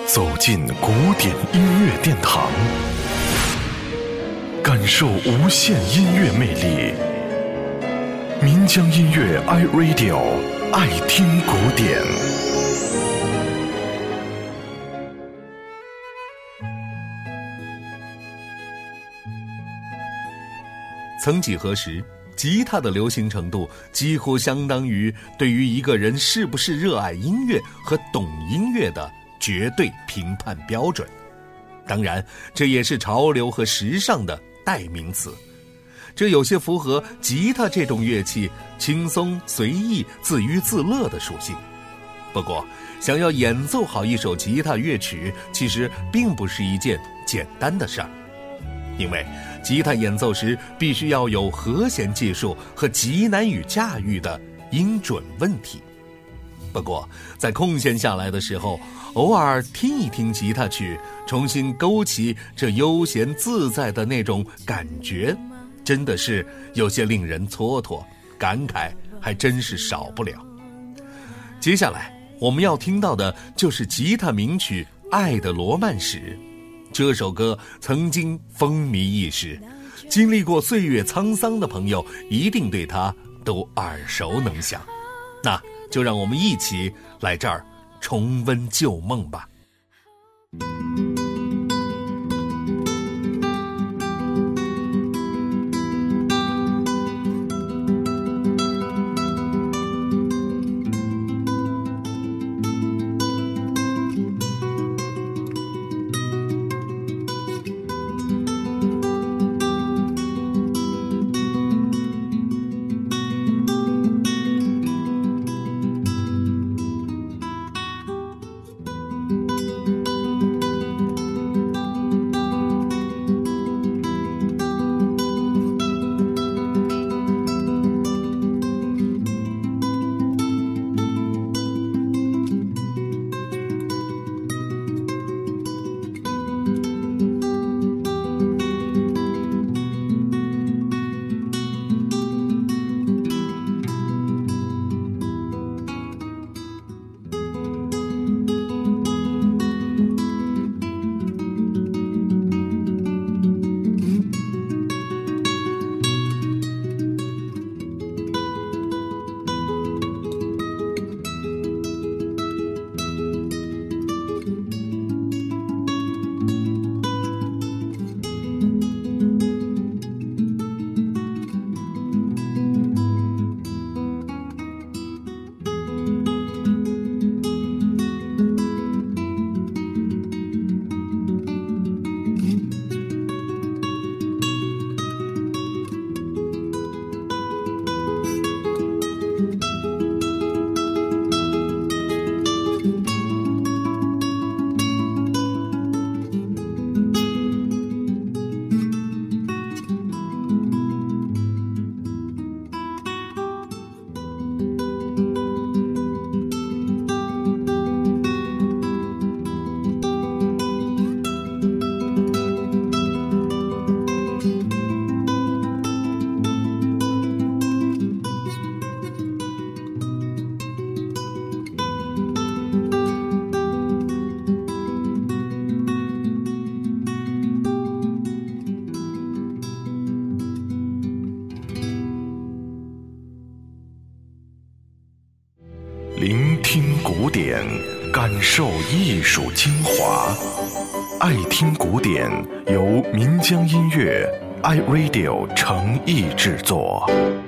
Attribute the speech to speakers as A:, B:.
A: 走进古典音乐殿堂，感受无限音乐魅力。民江音乐 iRadio， 爱听古典。
B: 曾几何时，吉他的流行程度几乎相当于对于一个人是不是热爱音乐和懂音乐的绝对评判标准。当然，这也是潮流和时尚的代名词。这有些符合吉他这种乐器轻松随意自娱自乐的属性。不过，想要演奏好一首吉他乐曲，其实并不是一件简单的事儿。因为吉他演奏时必须要有和弦技术和极难以驾驭的音准问题。不过在空闲下来的时候，偶尔听一听吉他曲，重新勾起这悠闲自在的那种感觉，真的是有些令人蹉跎，感慨还真是少不了。接下来我们要听到的就是吉他名曲《爱的罗曼史》。这首歌曾经风靡一时，经历过岁月沧桑的朋友一定对它都耳熟能详。那就让我们一起来这儿重温旧梦吧。
A: 聆听古典，感受艺术精华。爱听古典，由民江音乐 iRadio 诚意制作。